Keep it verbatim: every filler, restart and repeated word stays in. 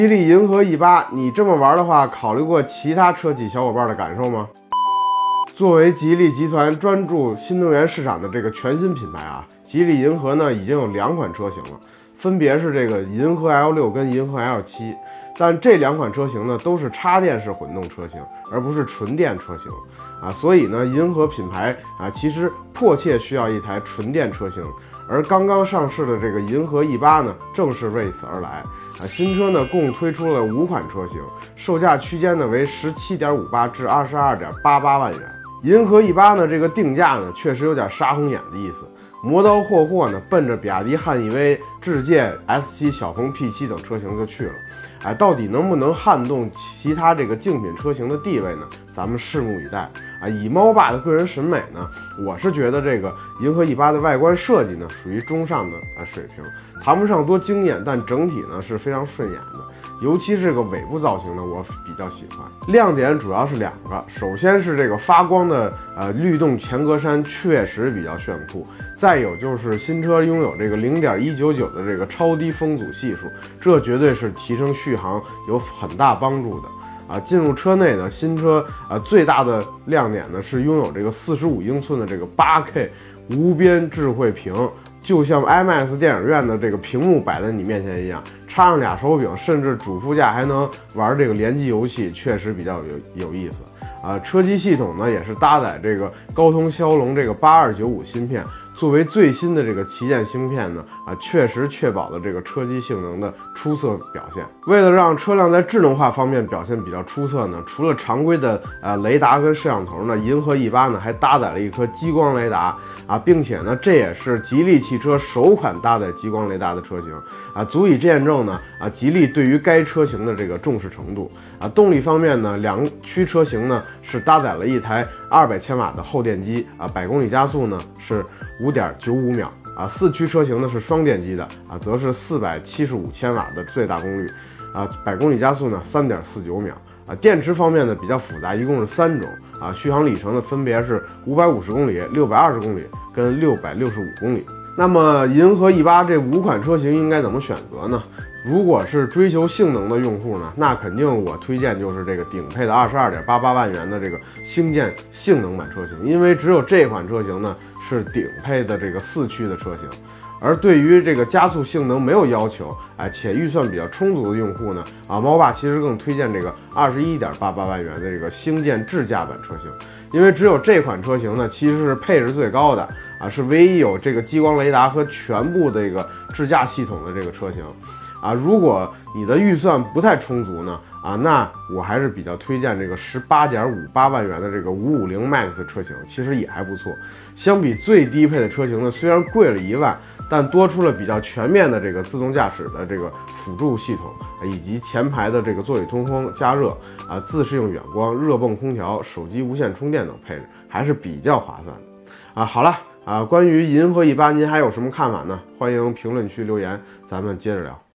吉利银河 E 八，你这么玩的话，考虑过其他车企小伙伴的感受吗？作为吉利集团专注新能源市场的这个全新品牌啊，吉利银河呢已经有两款车型了，分别是这个银河 L 六跟银河 L 七。但这两款车型呢都是插电式混动车型，而不是纯电车型啊，所以呢，银河品牌啊其实迫切需要一台纯电车型。而刚刚上市的这个银河 E 八呢，正是为此而来啊。新车呢共推出了五款车型，售价区间呢为十七点五八至二十二点八八万元。银河 E 八呢这个定价呢确实有点杀红眼的意思，磨刀霍霍呢奔着比亚迪汉 E V、智界 S 七、小鹏 P 七等车型就去了。哎，到底能不能撼动其他这个竞品车型的地位呢？咱们拭目以待啊！以猫爸的个人审美呢，我是觉得这个银河 E 八的外观设计呢属于中上的啊水平，谈不上多惊艳，但整体呢是非常顺眼的。尤其是这个尾部造型呢，我比较喜欢。亮点主要是两个，首先是这个发光的呃律动前格栅确实比较炫酷，再有就是新车拥有这个 零点一九九 的这个超低风阻系数，这绝对是提升续航有很大帮助的。啊，进入车内呢，新车啊最大的亮点呢是拥有这个四十五英寸的这个 八 K 无边智慧屏。就像 IMAX 电影院的这个屏幕摆在你面前一样，插上俩手柄，甚至主副驾还能玩这个联机游戏，确实比较有有意思啊。车机系统呢也是搭载这个高通骁龙这个八二九五芯片，作为最新的这个旗舰芯片呢，啊，确实确保了这个车机性能的出色表现。为了让车辆在智能化方面表现比较出色呢，除了常规的呃雷达跟摄像头呢，银河 E 八呢还搭载了一颗激光雷达啊，并且呢，这也是吉利汽车首款搭载激光雷达的车型啊，足以见证呢啊吉利对于该车型的这个重视程度啊。动力方面呢，两驱车型呢是搭载了一台二百千瓦的后电机啊，百公里加速呢是五点九五秒啊，四驱车型呢是双电机的啊，则是四百七十五千瓦的最大功率啊，百公里加速呢三点四九秒啊。电池方面呢比较复杂，一共是三种啊，续航里程呢分别是五百五十公里、六百二十公里跟六百六十五公里。那么银河 E 八这五款车型应该怎么选择呢？如果是追求性能的用户呢，那肯定我推荐就是这个顶配的二十二点八八万元的这个星舰性能版车型，因为只有这款车型呢是顶配的这个四驱的车型。而对于这个加速性能没有要求，哎，且预算比较充足的用户呢，啊，猫爸其实更推荐这个二十一点八八万元的这个星舰智驾版车型，因为只有这款车型呢，其实是配置最高的啊，是唯一有这个激光雷达和全部这个智驾系统的这个车型。啊，如果你的预算不太充足呢，啊，那我还是比较推荐这个十八点五八万元的这个五五零 Max 车型，其实也还不错。相比最低配的车型呢，虽然贵了一万，但多出了比较全面的这个自动驾驶的这个辅助系统，以及前排的这个座椅通风、加热啊、自适应远光、热泵空调、手机无线充电等配置，还是比较划算的。啊，好了啊，关于银河 E 八您还有什么看法呢？欢迎评论区留言，咱们接着聊。